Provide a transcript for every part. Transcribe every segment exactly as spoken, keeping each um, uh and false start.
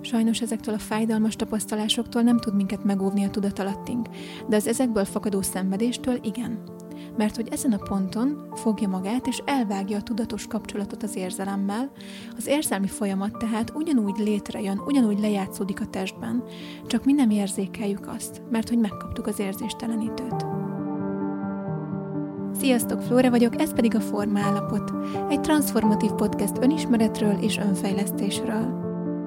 Sajnos ezektől a fájdalmas tapasztalásoktól nem tud minket megóvni a tudatalattunk, de az ezekből fakadó szenvedéstől igen. Mert hogy ezen a ponton fogja magát és elvágja a tudatos kapcsolatot az érzelemmel, az érzelmi folyamat tehát ugyanúgy létrejön, ugyanúgy lejátszódik a testben, csak mi nem érzékeljük azt, mert hogy megkaptuk az érzéstelenítőt. Sziasztok, Flóra vagyok, ez pedig a Forma Állapot, egy transformatív podcast önismeretről és önfejlesztésről.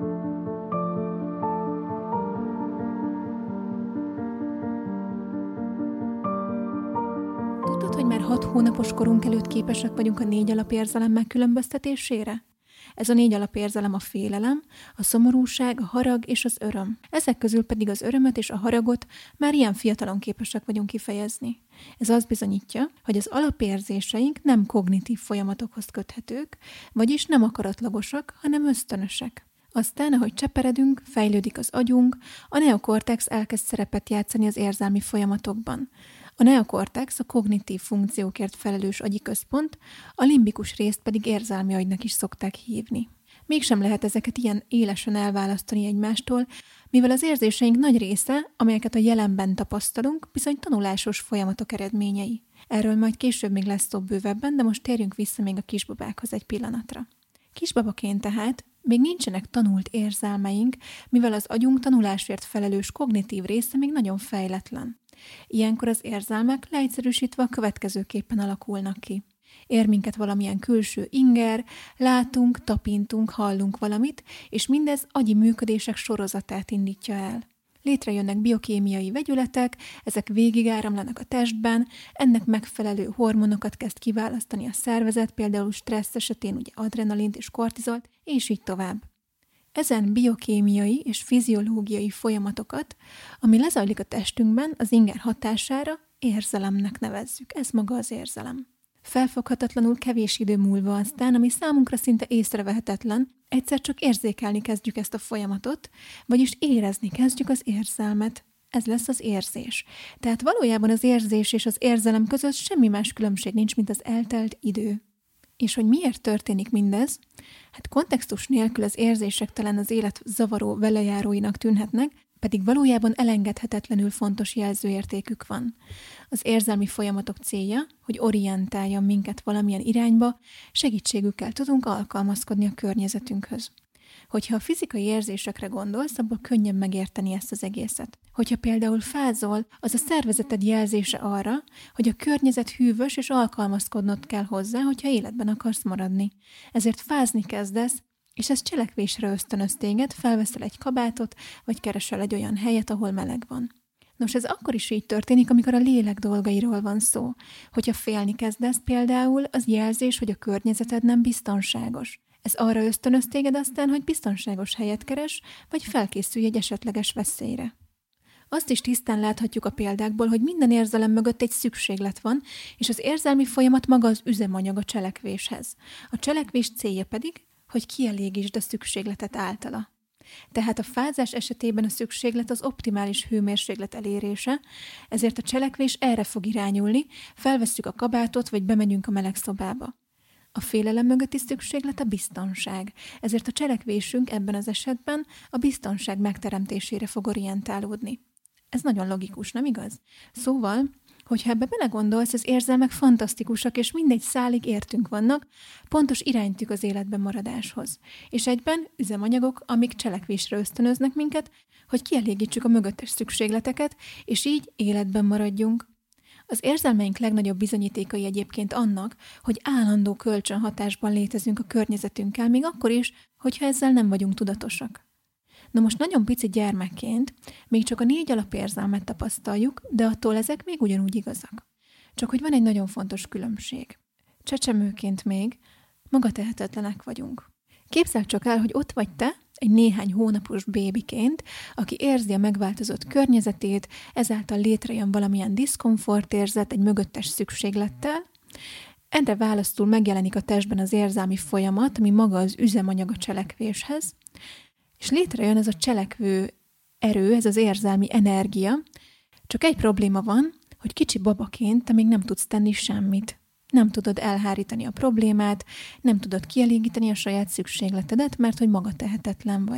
Tudod, hogy már hat hónapos korunk előtt képesek vagyunk a négy alapérzelem megkülönböztetésére? Ez a négy alapérzelem a félelem, a szomorúság, a harag és az öröm. Ezek közül pedig az örömöt és a haragot már ilyen fiatalon képesek vagyunk kifejezni. Ez azt bizonyítja, hogy az alapérzéseink nem kognitív folyamatokhoz köthetők, vagyis nem akaratlagosak, hanem ösztönösek. Aztán, ahogy cseperedünk, fejlődik az agyunk, a neokortex elkezd szerepet játszani az érzelmi folyamatokban. A neokortex a kognitív funkciókért felelős agyi központ, a limbikus részt pedig érzelmi agynak is szokták hívni. Mégsem lehet ezeket ilyen élesen elválasztani egymástól, mivel az érzéseink nagy része, amelyeket a jelenben tapasztalunk, bizony tanulásos folyamatok eredményei. Erről majd később még lesz szó bővebben, de most térjünk vissza még a kisbabákhoz egy pillanatra. Kisbabaként tehát még nincsenek tanult érzelmeink, mivel az agyunk tanulásért felelős kognitív része még nagyon fejletlen. Ilyenkor az érzelmek leegyszerűsítve a következőképpen alakulnak ki. Ér minket valamilyen külső inger, látunk, tapintunk, hallunk valamit, és mindez agyi működések sorozatát indítja el. Létrejönnek biokémiai vegyületek, ezek végigáramlanak a testben, ennek megfelelő hormonokat kezd kiválasztani a szervezet, például stressz esetén ugye adrenalint és kortizolt, és így tovább. Ezen biokémiai és fiziológiai folyamatokat, ami lezajlik a testünkben, az inger hatására érzelemnek nevezzük. Ez maga az érzelem. Felfoghatatlanul kevés idő múlva aztán, ami számunkra szinte észrevehetetlen, egyszer csak érzékelni kezdjük ezt a folyamatot, vagyis érezni kezdjük az érzelmet. Ez lesz az érzés. Tehát valójában az érzés és az érzelem között semmi más különbség nincs, mint az eltelt idő. És hogy miért történik mindez? Hát kontextus nélkül az érzések talán az élet zavaró velejáróinak tűnhetnek, pedig valójában elengedhetetlenül fontos jelzőértékük van. Az érzelmi folyamatok célja, hogy orientáljon minket valamilyen irányba, segítségükkel tudunk alkalmazkodni a környezetünkhöz. Hogyha a fizikai érzésekre gondolsz, abból könnyebb megérteni ezt az egészet. Hogyha például fázol, az a szervezeted jelzése arra, hogy a környezet hűvös és alkalmazkodnod kell hozzá, hogyha életben akarsz maradni. Ezért fázni kezdesz, és ez cselekvésre ösztönöz téged, felveszel egy kabátot, vagy keresel egy olyan helyet, ahol meleg van. Nos, ez akkor is így történik, amikor a lélek dolgairól van szó. Hogyha félni kezdesz például, az jelzés, hogy a környezeted nem biztonságos. Ez arra ösztönöz téged aztán, hogy biztonságos helyet keres, vagy felkészülj egy esetleges veszélyre. Azt is tisztán láthatjuk a példákból, hogy minden érzelem mögött egy szükséglet van, és az érzelmi folyamat maga az üzemanyag a cselekvéshez. A cselekvés célja pedig, hogy kielégítsd a szükségletet általa. Tehát a fázás esetében a szükséglet az optimális hőmérséklet elérése, ezért a cselekvés erre fog irányulni, felvesszük a kabátot, vagy bemegyünk a meleg szobába. A félelem mögötti szükséglet a biztonság, ezért a cselekvésünk ebben az esetben a biztonság megteremtésére fog orientálódni. Ez nagyon logikus, nem igaz? Szóval, hogyha ebbe belegondolsz, az érzelmek fantasztikusak, és mindegy szálig értünk vannak, pontos iránytűk az életben maradáshoz. És egyben üzemanyagok, amik cselekvésre ösztönöznek minket, hogy kielégítsük a mögöttes szükségleteket, és így életben maradjunk. Az érzelmeink legnagyobb bizonyítékai egyébként annak, hogy állandó kölcsönhatásban létezünk a környezetünkkel, még akkor is, hogyha ezzel nem vagyunk tudatosak. Na most nagyon pici gyermekként még csak a négy alapérzelmet tapasztaljuk, de attól ezek még ugyanúgy igazak. Csak hogy van egy nagyon fontos különbség. Csecsemőként még magatehetetlenek vagyunk. Képzeld csak el, hogy ott vagy te, egy néhány hónapos bébiként, aki érzi a megváltozott környezetét, ezáltal létrejön valamilyen diszkomfortérzet egy mögöttes szükséglettel, erre választul megjelenik a testben az érzelmi folyamat, ami maga az üzemanyag a cselekvéshez, és létrejön ez a cselekvő erő, ez az érzelmi energia, csak egy probléma van, hogy kicsi babaként te még nem tudsz tenni semmit. Nem tudod elhárítani a problémát, nem tudod kielégíteni a saját szükségletedet, mert hogy magatehetetlen vagy.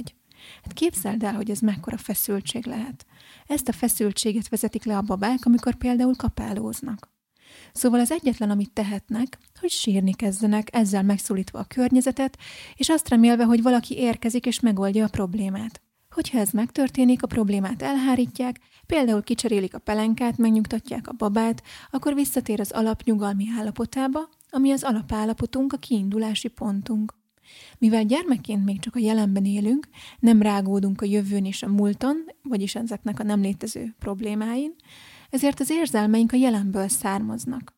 Hát képzeld el, hogy ez mekkora feszültség lehet. Ezt a feszültséget vezetik le a babák, amikor például kapálóznak. Szóval az egyetlen, amit tehetnek, hogy sírni kezdenek, ezzel megszólítva a környezetet, és azt remélve, hogy valaki érkezik és megoldja a problémát. Hogyha ez megtörténik, a problémát elhárítják, például kicserélik a pelenkát, megnyugtatják a babát, akkor visszatér az alapnyugalmi állapotába, ami az alapállapotunk, a kiindulási pontunk. Mivel gyermekként még csak a jelenben élünk, nem rágódunk a jövőn és a múlton, vagyis ezeknek a nem létező problémáin, ezért az érzelmeink a jelenből származnak.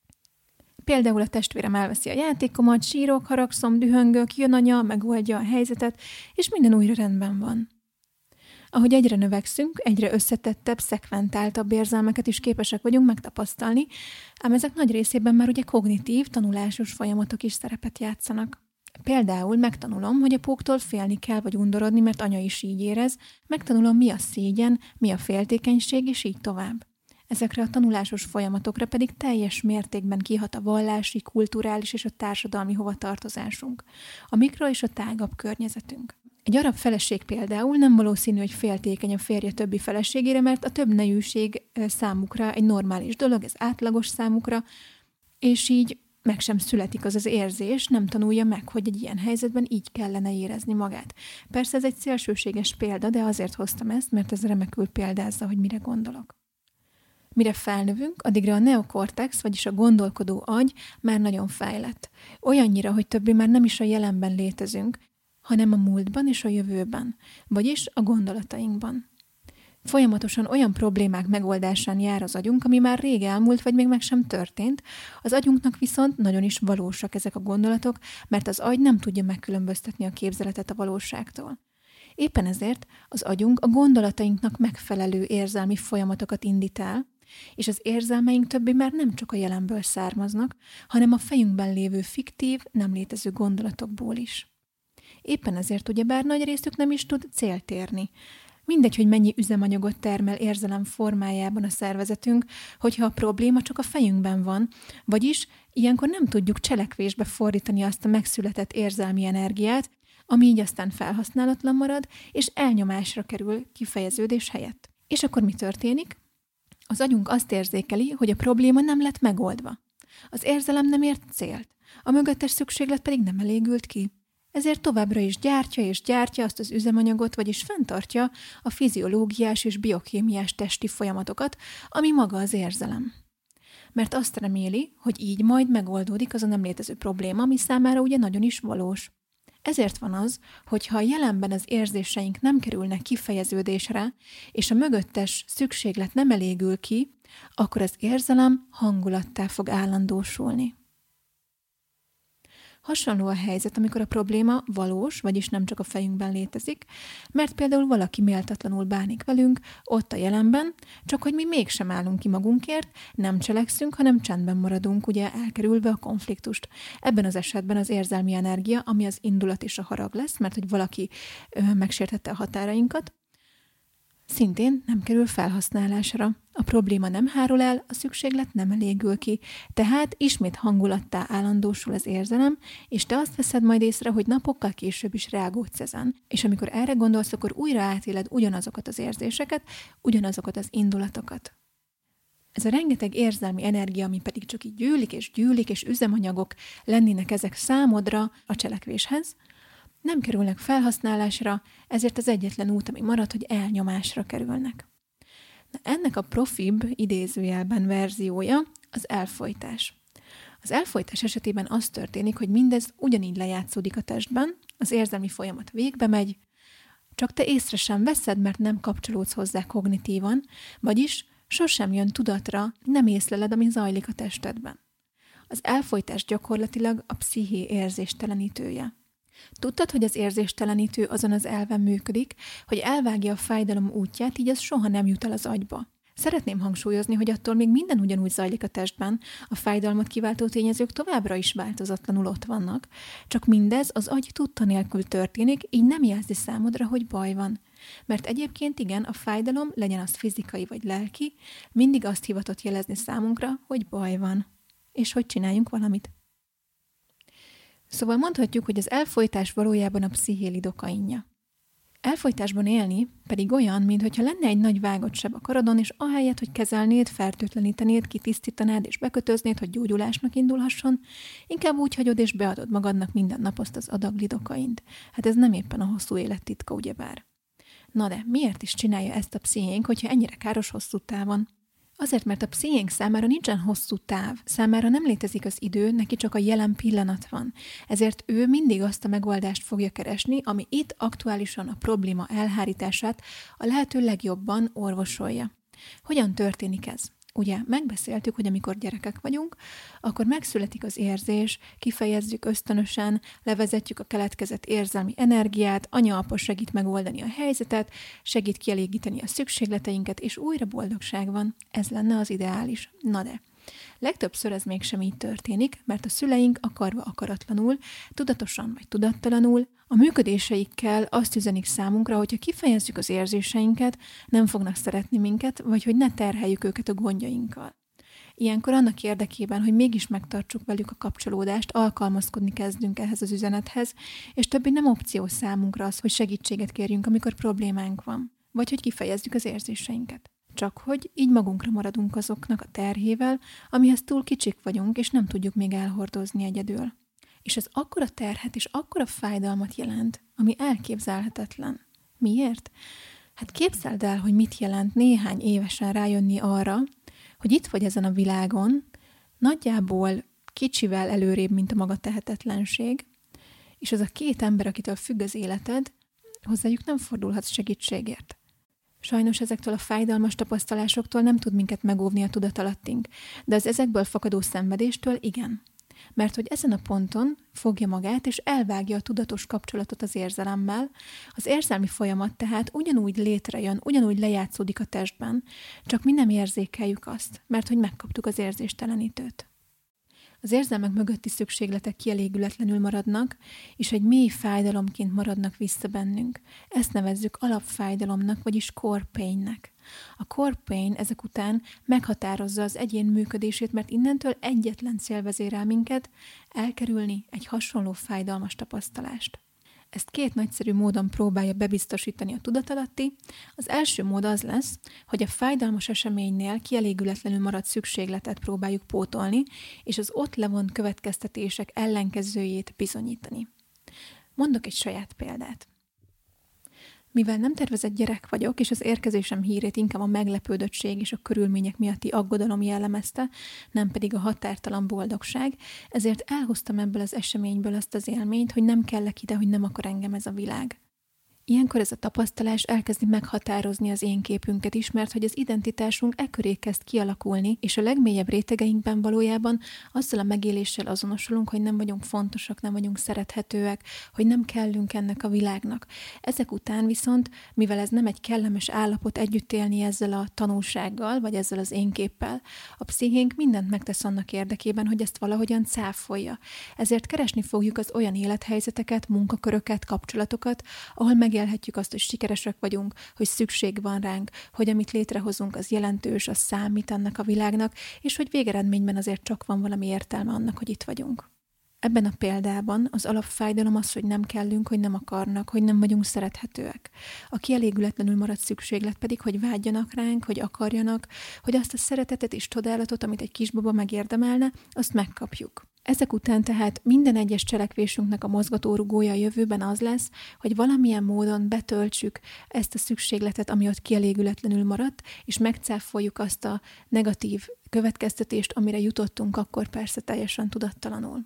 Például a testvérem elveszi a játékomat, sírok, haragszom, dühöngök, jön anya, megoldja a helyzetet, és minden újra rendben van. Ahogy egyre növekszünk, egyre összetettebb, szekventáltabb érzelmeket is képesek vagyunk megtapasztalni, ám ezek nagy részében már ugye kognitív, tanulásos folyamatok is szerepet játszanak. Például megtanulom, hogy apóktól félni kell vagy undorodni, mert anya is így érez, megtanulom, mi a szégyen, mi a féltékenység, és így tovább. Ezekre a tanulásos folyamatokra pedig teljes mértékben kihat a vallási, kulturális és a társadalmi hovatartozásunk, a mikro és a tágabb környezetünk. Egy arab feleség például nem valószínű, hogy féltékeny a férje többi feleségére, mert a több nejűség számukra egy normális dolog, ez átlagos számukra, és így meg sem születik az az érzés, nem tanulja meg, hogy egy ilyen helyzetben így kellene érezni magát. Persze ez egy szélsőséges példa, de azért hoztam ezt, mert ez remekül példázza, hogy mire gondolok. Mire felnövünk, addigra a neokortex, vagyis a gondolkodó agy már nagyon fejlett. Olyannyira, hogy többé már nem is a jelenben létezünk, hanem a múltban és a jövőben, vagyis a gondolatainkban. Folyamatosan olyan problémák megoldásán jár az agyunk, ami már rég elmúlt, vagy még meg sem történt, az agyunknak viszont nagyon is valósak ezek a gondolatok, mert az agy nem tudja megkülönböztetni a képzeletet a valóságtól. Éppen ezért az agyunk a gondolatainknak megfelelő érzelmi folyamatokat indít el, és az érzelmeink többé már nem csak a jelenből származnak, hanem a fejünkben lévő fiktív, nem létező gondolatokból is. Éppen ezért ugyebár nagy részük nem is tud célt érni. Mindegy, hogy mennyi üzemanyagot termel érzelem formájában a szervezetünk, hogyha a probléma csak a fejünkben van, vagyis ilyenkor nem tudjuk cselekvésbe fordítani azt a megszületett érzelmi energiát, ami így aztán felhasználatlan marad, és elnyomásra kerül kifejeződés helyett. És akkor mi történik? Az agyunk azt érzékeli, hogy a probléma nem lett megoldva. Az érzelem nem ért célt, a mögöttes szükséglet pedig nem elégült ki. Ezért továbbra is gyártja és gyártja azt az üzemanyagot, vagyis fenntartja a fiziológiás és biokémiás testi folyamatokat, ami maga az érzelem. Mert azt reméli, hogy így majd megoldódik az a nem létező probléma, ami számára ugye nagyon is valós. Ezért van az, hogyha a jelenben az érzéseink nem kerülnek kifejeződésre, és a mögöttes szükséglet nem elégül ki, akkor az érzelem hangulattá fog állandósulni. Hasonló a helyzet, amikor a probléma valós, vagyis nem csak a fejünkben létezik, mert például valaki méltatlanul bánik velünk, ott a jelenben, csak hogy mi mégsem állunk ki magunkért, nem cselekszünk, hanem csendben maradunk, ugye elkerülve a konfliktust. Ebben az esetben az érzelmi energia, ami az indulat és a harag lesz, mert hogy valaki ö, megsértette a határainkat, szintén nem kerül felhasználásra. A probléma nem hárul el, a szükséglet nem elégül ki, tehát ismét hangulattá állandósul az érzelem, és te azt veszed majd észre, hogy napokkal később is reagálsz ezen. És amikor erre gondolsz, akkor újra átéled ugyanazokat az érzéseket, ugyanazokat az indulatokat. Ez a rengeteg érzelmi energia, ami pedig csak így gyűlik és gyűlik, és üzemanyagok lennének ezek számodra a cselekvéshez, nem kerülnek felhasználásra, ezért az egyetlen út, ami marad, hogy elnyomásra kerülnek. Na, ennek a profibb idézőjelben verziója az elfojtás. Az elfojtás esetében az történik, hogy mindez ugyanígy lejátszódik a testben, az érzelmi folyamat végbe megy, csak te észre sem veszed, mert nem kapcsolódsz hozzá kognitívan, vagyis sosem jön tudatra, nem észleled, ami zajlik a testedben. Az elfojtás gyakorlatilag a psziché érzéstelenítője. Tudtad, hogy az érzéstelenítő azon az elven működik, hogy elvágja a fájdalom útját, így az soha nem jut el az agyba. Szeretném hangsúlyozni, hogy attól még minden ugyanúgy zajlik a testben, a fájdalmat kiváltó tényezők továbbra is változatlanul ott vannak, csak mindez az agy tudta nélkül történik, így nem jelzi számodra, hogy baj van. Mert egyébként igen, a fájdalom, legyen az fizikai vagy lelki, mindig azt hivatott jelezni számunkra, hogy baj van, és hogy csináljunk valamit. Szóval mondhatjuk, hogy az elfojtás valójában a psziché lidokainja. elfojtásban élni pedig olyan, mintha lenne egy nagy vágott seb a karodon, és ahelyett, hogy kezelnéd, fertőtlenítenéd, kitisztítanád és bekötöznéd, hogy gyógyulásnak indulhasson, inkább úgy hagyod és beadod magadnak minden nap azt az adag lidokaint. Hát ez nem éppen a hosszú élet titka, ugyebár. Na de miért is csinálja ezt a pszichénk, hogyha ennyire káros hosszú távon? Azért, mert a pszichénk számára nincsen hosszú táv, számára nem létezik az idő, neki csak a jelen pillanat van. Ezért ő mindig azt a megoldást fogja keresni, ami itt aktuálisan a probléma elhárítását a lehető legjobban orvosolja. Hogyan történik ez? Ugye megbeszéltük, hogy amikor gyerekek vagyunk, akkor megszületik az érzés, kifejezzük ösztönösen, levezetjük a keletkezett érzelmi energiát, anya-apa segít megoldani a helyzetet, segít kielégíteni a szükségleteinket, és újra boldogság van. Ez lenne az ideális. Na de, legtöbbször ez mégsem így történik, mert a szüleink akarva akaratlanul, tudatosan vagy tudattalanul, a működéseikkel azt üzenik számunkra, hogyha kifejezzük az érzéseinket, nem fognak szeretni minket, vagy hogy ne terheljük őket a gondjainkkal. Ilyenkor annak érdekében, hogy mégis megtartsuk velük a kapcsolódást, alkalmazkodni kezdünk ehhez az üzenethez, és többi nem opció számunkra az, hogy segítséget kérjünk, amikor problémánk van, vagy hogy kifejezzük az érzéseinket. Csak hogy így magunkra maradunk azoknak a terhével, amihez túl kicsik vagyunk, és nem tudjuk még elhordozni egyedül. És ez akkora terhet és akkora fájdalmat jelent, ami elképzelhetetlen. Miért? Hát képzeld el, hogy mit jelent néhány évesen rájönni arra, hogy itt vagy ezen a világon, nagyjából kicsivel előrébb, mint a maga tehetetlenség, és az a két ember, akitől függ az életed, hozzájuk nem fordulhatsz segítségért. Sajnos ezektől a fájdalmas tapasztalásoktól nem tud minket megóvni a tudatalattunk, de az ezekből fakadó szenvedéstől igen. Mert hogy ezen a ponton fogja magát és elvágja a tudatos kapcsolatot az érzelemmel, az érzelmi folyamat tehát ugyanúgy létrejön, ugyanúgy lejátszódik a testben, csak mi nem érzékeljük azt, mert hogy megkaptuk az érzéstelenítőt. Az érzelmek mögötti szükségletek kielégületlenül maradnak, és egy mély fájdalomként maradnak vissza bennünk. Ezt nevezzük alapfájdalomnak, vagyis core painnek. A core pain ezek után meghatározza az egyén működését, mert innentől egyetlen cél vezérel minket, elkerülni egy hasonló fájdalmas tapasztalást. Ezt két nagyszerű módon próbálja bebiztosítani a tudatalatti. Az első mód az lesz, hogy a fájdalmas eseménynél kielégületlenül maradt szükségletet próbáljuk pótolni, és az ott levont következtetések ellenkezőjét bizonyítani. Mondok egy saját példát. Mivel nem tervezett gyerek vagyok, és az érkezésem hírét inkább a meglepődöttség és a körülmények miatti aggodalom jellemezte, nem pedig a határtalan boldogság, ezért elhoztam ebből az eseményből azt az élményt, hogy nem kellek ide, hogy nem akar engem ez a világ. Ilyenkor ez a tapasztalás elkezdi meghatározni az én képünket is, mert hogy az identitásunk e köré kezd kialakulni, és a legmélyebb rétegeinkben valójában azzal a megéléssel azonosulunk, hogy nem vagyunk fontosak, nem vagyunk szerethetőek, hogy nem kellünk ennek a világnak. Ezek után viszont, mivel ez nem egy kellemes állapot együtt élni ezzel a tanulsággal, vagy ezzel az én képpel, a pszichénk mindent megtesz annak érdekében, hogy ezt valahogyan cáfolja. Ezért keresni fogjuk az olyan élethelyzeteket, munkaköröket, kapcsolatokat, ahol meg élhetjük azt, hogy sikeresek vagyunk, hogy szükség van ránk, hogy amit létrehozunk, az jelentős, az számít ennek a világnak, és hogy végeredményben azért csak van valami értelme annak, hogy itt vagyunk. Ebben a példában az alapfájdalom az, hogy nem kellünk, hogy nem akarnak, hogy nem vagyunk szerethetőek. A kielégületlenül maradt szükséglet pedig, hogy vágyjanak ránk, hogy akarjanak, hogy azt a szeretetet és csodálatot, amit egy kisbaba megérdemelne, azt megkapjuk. Ezek után tehát minden egyes cselekvésünknek a mozgatórugója a jövőben az lesz, hogy valamilyen módon betöltsük ezt a szükségletet, ami ott kielégületlenül maradt, és megcáfoljuk azt a negatív következtetést, amire jutottunk akkor persze teljesen tudattalanul.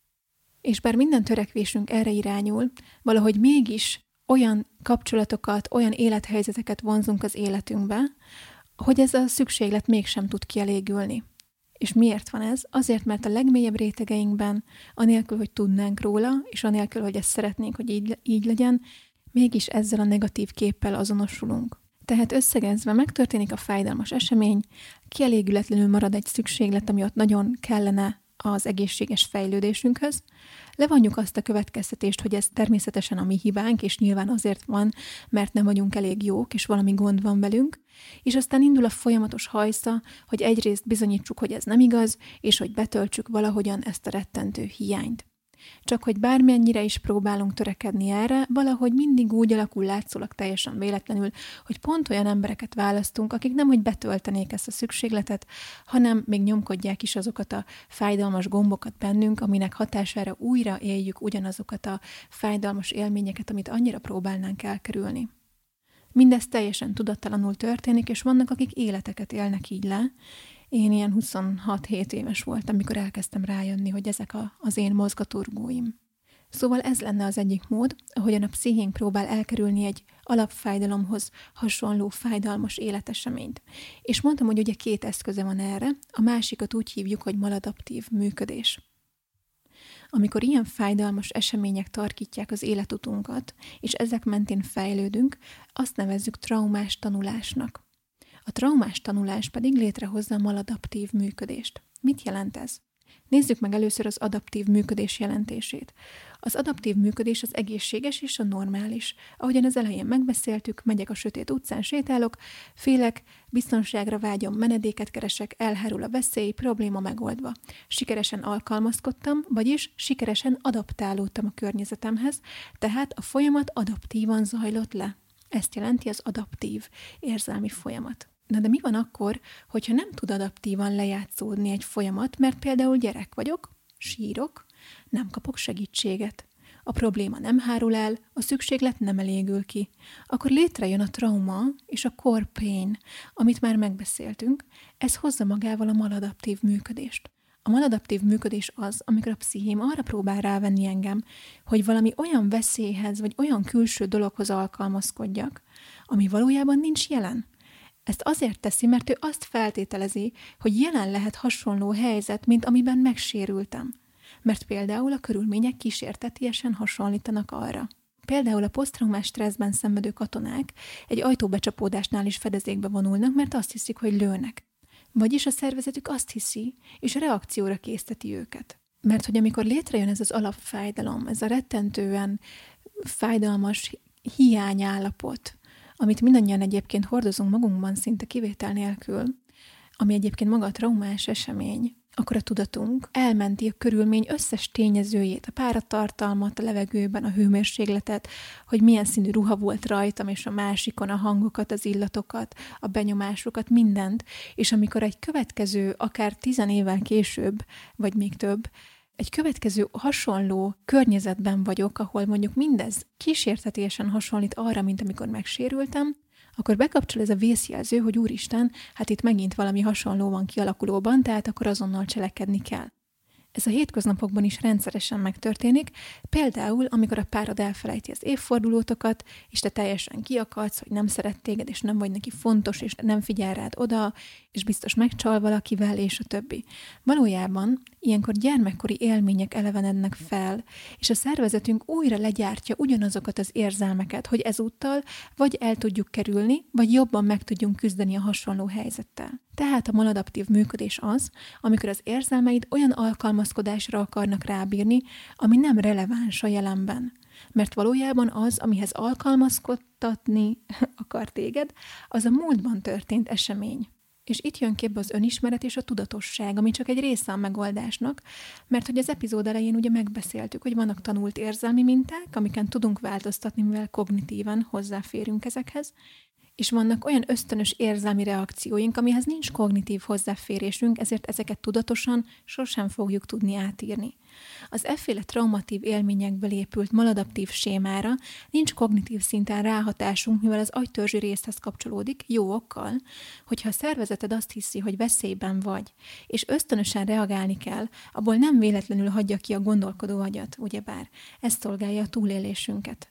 És bár minden törekvésünk erre irányul, valahogy mégis olyan kapcsolatokat, olyan élethelyzeteket vonzunk az életünkbe, hogy ez a szükséglet mégsem tud kielégülni. És miért van ez? Azért, mert a legmélyebb rétegeinkben, anélkül, hogy tudnánk róla, és anélkül, hogy ezt szeretnénk, hogy így, így legyen, mégis ezzel a negatív képpel azonosulunk. Tehát összegezve megtörténik a fájdalmas esemény, kielégületlenül marad egy szükséglet, ami ott nagyon kellene az egészséges fejlődésünkhöz. Levonjuk azt a következtetést, hogy ez természetesen a mi hibánk, és nyilván azért van, mert nem vagyunk elég jók, és valami gond van velünk, és aztán indul a folyamatos hajsza, hogy egyrészt bizonyítsuk, hogy ez nem igaz, és hogy betöltsük valahogyan ezt a rettentő hiányt. Csak hogy bármennyire is próbálunk törekedni erre, valahogy mindig úgy alakul látszólag teljesen véletlenül, hogy pont olyan embereket választunk, akik nem hogy betöltenék ezt a szükségletet, hanem még nyomkodják is azokat a fájdalmas gombokat bennünk, aminek hatására újra éljük ugyanazokat a fájdalmas élményeket, amit annyira próbálnánk elkerülni. Mindez teljesen tudattalanul történik, és vannak, akik életeket élnek így le. Én ilyen huszonhat-hét éves voltam, amikor elkezdtem rájönni, hogy ezek a, az én mozgatórugóim. Szóval ez lenne az egyik mód, ahogyan a pszichénk próbál elkerülni egy alapfájdalomhoz hasonló fájdalmas életeseményt. És mondtam, hogy ugye két eszköze van erre, a másikat úgy hívjuk, hogy maladaptív működés. Amikor ilyen fájdalmas események tarkítják az életutunkat, és ezek mentén fejlődünk, azt nevezzük traumás tanulásnak. A traumás tanulás pedig létrehozza a maladaptív működést. Mit jelent ez? Nézzük meg először az adaptív működés jelentését. Az adaptív működés az egészséges és a normális. Ahogyan az elején megbeszéltük, megyek a sötét utcán, sétálok, félek, biztonságra vágyom, menedéket keresek, elhárul a veszély, probléma megoldva. Sikeresen alkalmazkodtam, vagyis sikeresen adaptálódtam a környezetemhez, tehát a folyamat adaptívan zajlott le. Ezt jelenti az adaptív érzelmi folyamat. Na de mi van akkor, hogyha nem tud adaptívan lejátszódni egy folyamat, mert például gyerek vagyok, sírok, nem kapok segítséget. A probléma nem hárul el, a szükséglet nem elégül ki. Akkor létrejön a trauma és a core pain, amit már megbeszéltünk, ez hozza magával a maladaptív működést. A maladaptív működés az, amikor a pszichém arra próbál rávenni engem, hogy valami olyan veszélyhez vagy olyan külső dologhoz alkalmazkodjak, ami valójában nincs jelen. Ezt azért teszi, mert ő azt feltételezi, hogy jelen lehet hasonló helyzet, mint amiben megsérültem. Mert például a körülmények kísértetiesen hasonlítanak arra. Például a posztraumás stresszben szenvedő katonák egy ajtóbecsapódásnál is fedezékbe vonulnak, mert azt hiszik, hogy lőnek. Vagyis a szervezetük azt hiszi, és a reakcióra készteti őket. Mert hogy amikor létrejön ez az alapfájdalom, ez a rettentően fájdalmas hiányállapot, amit mindannyian egyébként hordozunk magunkban szinte kivétel nélkül, ami egyébként maga a traumás esemény, akkor a tudatunk elmenti a körülmény összes tényezőjét, a páratartalmat, a levegőben, a hőmérsékletet, hogy milyen színű ruha volt rajtam, és a másikon a hangokat, az illatokat, a benyomásokat, mindent, és amikor egy következő, akár tizen évvel később, vagy még több, egy következő hasonló környezetben vagyok, ahol mondjuk mindez kísértetiesen hasonlít arra, mint amikor megsérültem, akkor bekapcsol ez a vészjelző, hogy úristen, hát itt megint valami hasonló van kialakulóban, tehát akkor azonnal cselekedni kell. Ez a hétköznapokban is rendszeresen megtörténik, például, amikor a párod elfelejti az évfordulótokat, és te teljesen kiakadsz, hogy nem szeret téged, és nem vagy neki fontos, és nem figyel rád oda, és biztos megcsal valakivel, és a többi. Valójában ilyenkor gyermekkori élmények elevenednek fel, és a szervezetünk újra legyártja ugyanazokat az érzelmeket, hogy ezúttal vagy el tudjuk kerülni, vagy jobban meg tudjunk küzdeni a hasonló helyzettel. Tehát a maladaptív működés az, amikor az érzelmeid olyan alkalmazkodásra akarnak rábírni, ami nem releváns a jelenben. Mert valójában az, amihez alkalmazkodtatni akar téged, az a múltban történt esemény. És itt jön képbe az önismeret és a tudatosság, ami csak egy része a megoldásnak, mert hogy az epizód elején ugye megbeszéltük, hogy vannak tanult érzelmi minták, amiken tudunk változtatni, mivel kognitíven hozzáférünk ezekhez, és vannak olyan ösztönös érzelmi reakcióink, amihez nincs kognitív hozzáférésünk, ezért ezeket tudatosan sosem fogjuk tudni átírni. Az efféle traumatív élményekből épült maladaptív sémára nincs kognitív szinten ráhatásunk, mivel az agytörzsi részhez kapcsolódik, jó okkal, hogyha a szervezeted azt hiszi, hogy veszélyben vagy, és ösztönösen reagálni kell, abból nem véletlenül hagyja ki a gondolkodó agyat, ugyebár. Ez szolgálja a túlélésünket.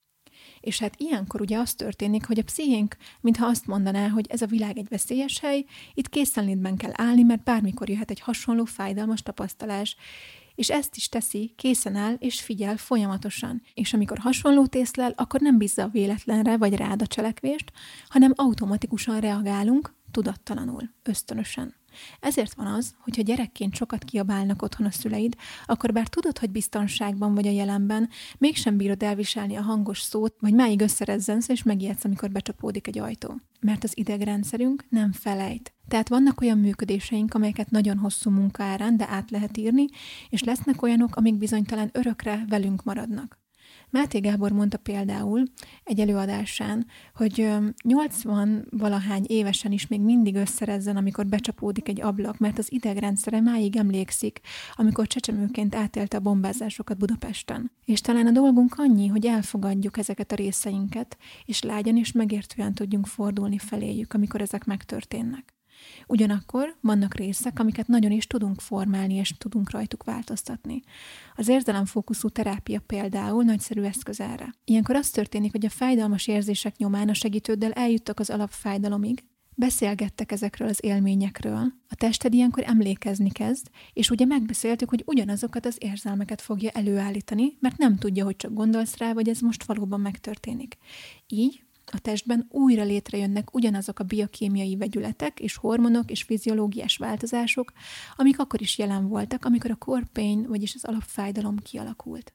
És hát ilyenkor ugye az történik, hogy a pszichénk, mintha azt mondaná, hogy ez a világ egy veszélyes hely, itt készenlétben kell állni, mert bármikor jöhet egy hasonló fájdalmas tapasztalás, és ezt is teszi, készen áll és figyel folyamatosan. És amikor hasonlót észlel, akkor nem bízza a véletlenre vagy rád a cselekvést, hanem automatikusan reagálunk tudattalanul, ösztönösen. Ezért van az, hogyha gyerekként sokat kiabálnak otthon a szüleid, akkor bár tudod, hogy biztonságban vagy a jelenben, mégsem bírod elviselni a hangos szót, vagy máig összerezzensz, és megijedsz, amikor becsapódik egy ajtó. Mert az idegrendszerünk nem felejt. Tehát vannak olyan működéseink, amelyeket nagyon hosszú munka árán, de át lehet írni, és lesznek olyanok, amik bizony talán örökre velünk maradnak. Máté Gábor mondta például egy előadásán, hogy nyolcvan-valahány évesen is még mindig összerezzen, amikor becsapódik egy ablak, mert az idegrendszere máig emlékszik, amikor csecsemőként átélte a bombázásokat Budapesten. És talán a dolgunk annyi, hogy elfogadjuk ezeket a részeinket, és lágyan és megértően tudjunk fordulni feléjük, amikor ezek megtörténnek. Ugyanakkor vannak részek, amiket nagyon is tudunk formálni, és tudunk rajtuk változtatni. Az érzelemfókuszú terápia például nagyszerű eszköz erre. Ilyenkor az történik, hogy a fájdalmas érzések nyomán a segítőddel eljuttak az alapfájdalomig, beszélgettek ezekről az élményekről, a tested ilyenkor emlékezni kezd, és ugye megbeszéltük, hogy ugyanazokat az érzelmeket fogja előállítani, mert nem tudja, hogy csak gondolsz rá, vagy ez most valóban megtörténik. Így a testben újra létrejönnek ugyanazok a biokémiai vegyületek és hormonok és fiziológiás változások, amik akkor is jelen voltak, amikor a core pain, vagyis az alapfájdalom kialakult.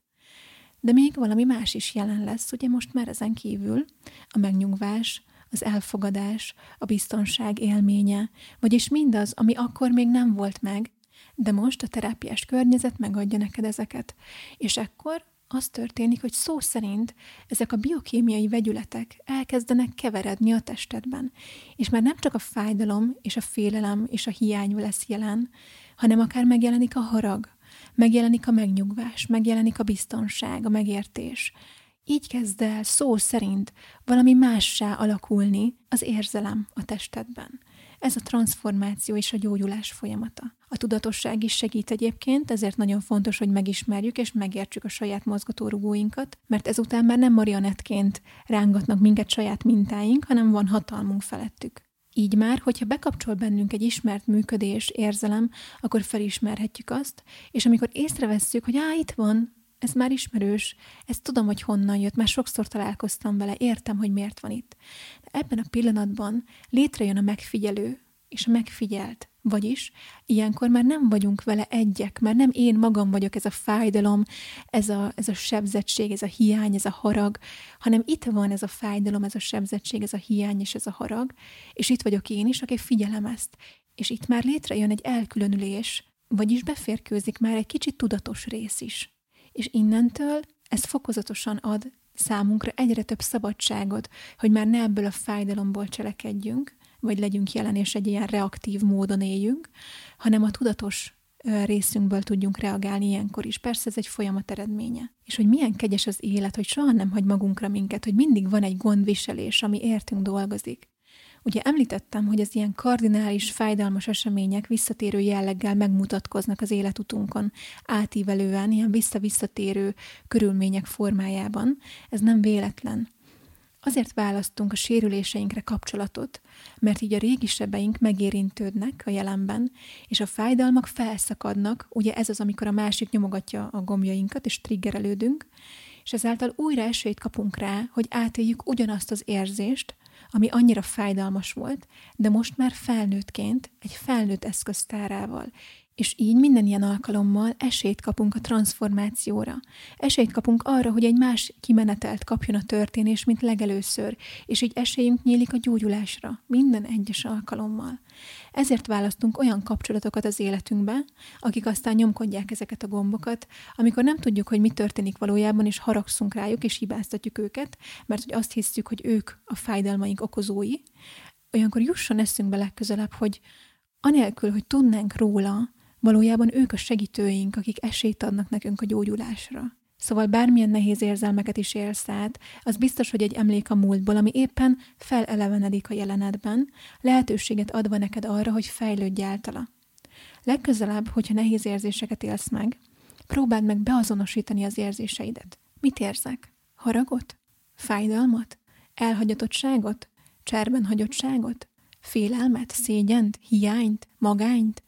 De még valami más is jelen lesz, ugye most már ezen kívül a megnyugvás, az elfogadás, a biztonság élménye, vagyis mindaz, ami akkor még nem volt meg, de most a terápiás környezet megadja neked ezeket. És ekkor az történik, hogy szó szerint ezek a biokémiai vegyületek elkezdenek keveredni a testedben. És már nem csak a fájdalom és a félelem és a hiány lesz jelen, hanem akár megjelenik a harag, megjelenik a megnyugvás, megjelenik a biztonság, a megértés. Így kezd el szó szerint valami mássá alakulni az érzelem a testedben. Ez a transformáció és a gyógyulás folyamata. A tudatosság is segít egyébként, ezért nagyon fontos, hogy megismerjük és megértsük a saját mozgatórugóinkat, mert ezután már nem marionettként rángatnak minket saját mintáink, hanem van hatalmunk felettük. Így már, hogyha bekapcsol bennünk egy ismert működés, érzelem, akkor felismerhetjük azt, és amikor észrevesszük, hogy á, itt van, ez már ismerős, ezt tudom, hogy honnan jött, már sokszor találkoztam vele, értem, hogy miért van itt. De ebben a pillanatban létrejön a megfigyelő és a megfigyelt. Vagyis ilyenkor már nem vagyunk vele egyek, már nem én magam vagyok ez a fájdalom, ez a, ez a sebzettség, ez a hiány, ez a harag, hanem itt van ez a fájdalom, ez a sebzettség, ez a hiány és ez a harag, és itt vagyok én is, aki figyelem ezt. És itt már létrejön egy elkülönülés, vagyis beférkőzik már egy kicsit tudatos rész is. És innentől ez fokozatosan ad számunkra egyre több szabadságot, hogy már ne ebből a fájdalomból cselekedjünk, vagy legyünk jelen és egy ilyen reaktív módon éljünk, hanem a tudatos részünkből tudjunk reagálni ilyenkor is. Persze ez egy folyamat eredménye. És hogy milyen kegyes az élet, hogy soha nem hagy magunkra minket, hogy mindig van egy gondviselés, ami értünk dolgozik. Ugye említettem, hogy az ilyen kardinális, fájdalmas események visszatérő jelleggel megmutatkoznak az életutunkon, átívelően, ilyen vissza-visszatérő körülmények formájában. Ez nem véletlen. Azért választunk a sérüléseinkre kapcsolatot, mert így a régi sebeink megérintődnek a jelenben, és a fájdalmak felszakadnak, ugye ez az, amikor a másik nyomogatja a gombjainkat, és triggerelődünk, és ezáltal újra esélyt kapunk rá, hogy átéljük ugyanazt az érzést, ami annyira fájdalmas volt, de most már felnőttként, egy felnőtt eszköztárával. És így minden ilyen alkalommal esélyt kapunk a transformációra. Esélyt kapunk arra, hogy egy más kimenetelt kapjon a történés, mint legelőször, és így esélyünk nyílik a gyógyulásra, minden egyes alkalommal. Ezért választunk olyan kapcsolatokat az életünkbe, akik aztán nyomkodják ezeket a gombokat, amikor nem tudjuk, hogy mi történik valójában, és haragszunk rájuk, és hibáztatjuk őket, mert hogy azt hiszük, hogy ők a fájdalmaink okozói, olyankor jusson eszünkbe legközelebb, hogy anélkül, hogy tudnánk róla, valójában ők a segítőink, akik esélyt adnak nekünk a gyógyulásra. Szóval bármilyen nehéz érzelmeket is élsz át, az biztos, hogy egy emlék a múltból, ami éppen felelevenedik a jelenetben, lehetőséget adva neked arra, hogy fejlődj általa. Legközelebb, hogyha nehéz érzéseket élsz meg, próbáld meg beazonosítani az érzéseidet. Mit érzek? Haragot? Fájdalmat? Elhagyatottságot? Cserben hagyottságot? Félelmet? Szégyent? Hiányt? Magányt?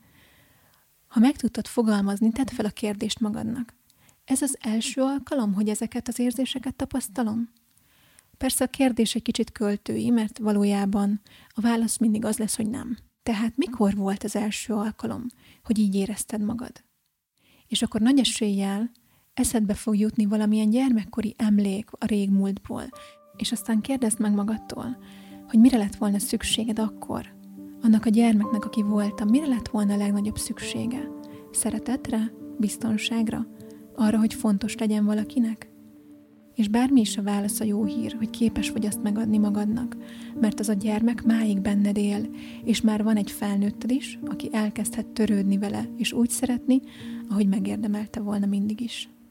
Ha meg tudtad fogalmazni, tedd fel a kérdést magadnak. Ez az első alkalom, hogy ezeket az érzéseket tapasztalom? Persze a kérdés egy kicsit költői, mert valójában a válasz mindig az lesz, hogy nem. Tehát mikor volt az első alkalom, hogy így érezted magad? És akkor nagy eséllyel eszedbe fog jutni valamilyen gyermekkori emlék a régmúltból, és aztán kérdezd meg magadtól, hogy mire lett volna szükséged akkor, annak a gyermeknek, aki voltam, mire lett volna a legnagyobb szüksége? Szeretetre? Biztonságra? Arra, hogy fontos legyen valakinek? És bármi is a válasz, a jó hír, hogy képes vagy azt megadni magadnak, mert az a gyermek máig benned él, és már van egy felnőtted is, aki elkezdhet törődni vele, és úgy szeretni, ahogy megérdemelte volna mindig is.